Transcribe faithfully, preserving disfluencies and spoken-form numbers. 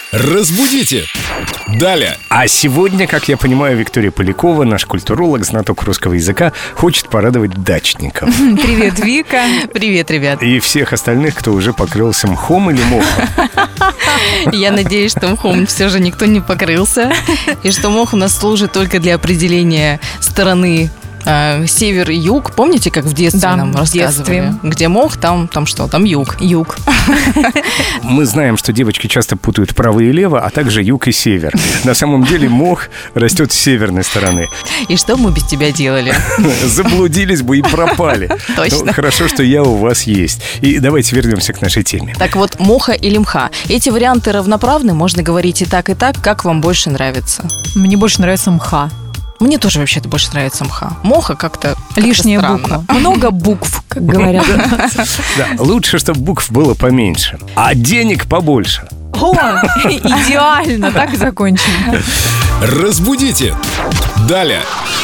Разбудите! Далее! А сегодня, как я понимаю, Виктория Полякова, наш культуролог, знаток русского языка, хочет порадовать дачников. Привет, Вика. Привет, ребят. И всех остальных, кто уже покрылся мхом или мохом. Я надеюсь, что мхом все же никто не покрылся. И что мох у нас служит только для определения стороны э, север и юг. Помните, как в детстве Да, нам в рассказывали? детстве. Где мох, там, там что? Там юг. Юг. Мы знаем, что девочки часто путают право и лево, а также юг и север. На самом деле мох растет с северной стороны. И что мы без тебя делали? Заблудились бы и пропали. Точно. Ну, хорошо, что я у вас есть. И давайте вернемся к нашей теме. Так вот, моха или мха. Эти варианты равноправны, можно говорить и так, и так, как вам больше нравится. Мне больше нравится мха. Мне тоже вообще-то больше нравится мха. Моха как-то, как-то Лишняя странно. буква. Много букв, как говорят. Да, лучше, чтобы букв было поменьше, а денег побольше. О, идеально, так закончим. Разбудите! Далее!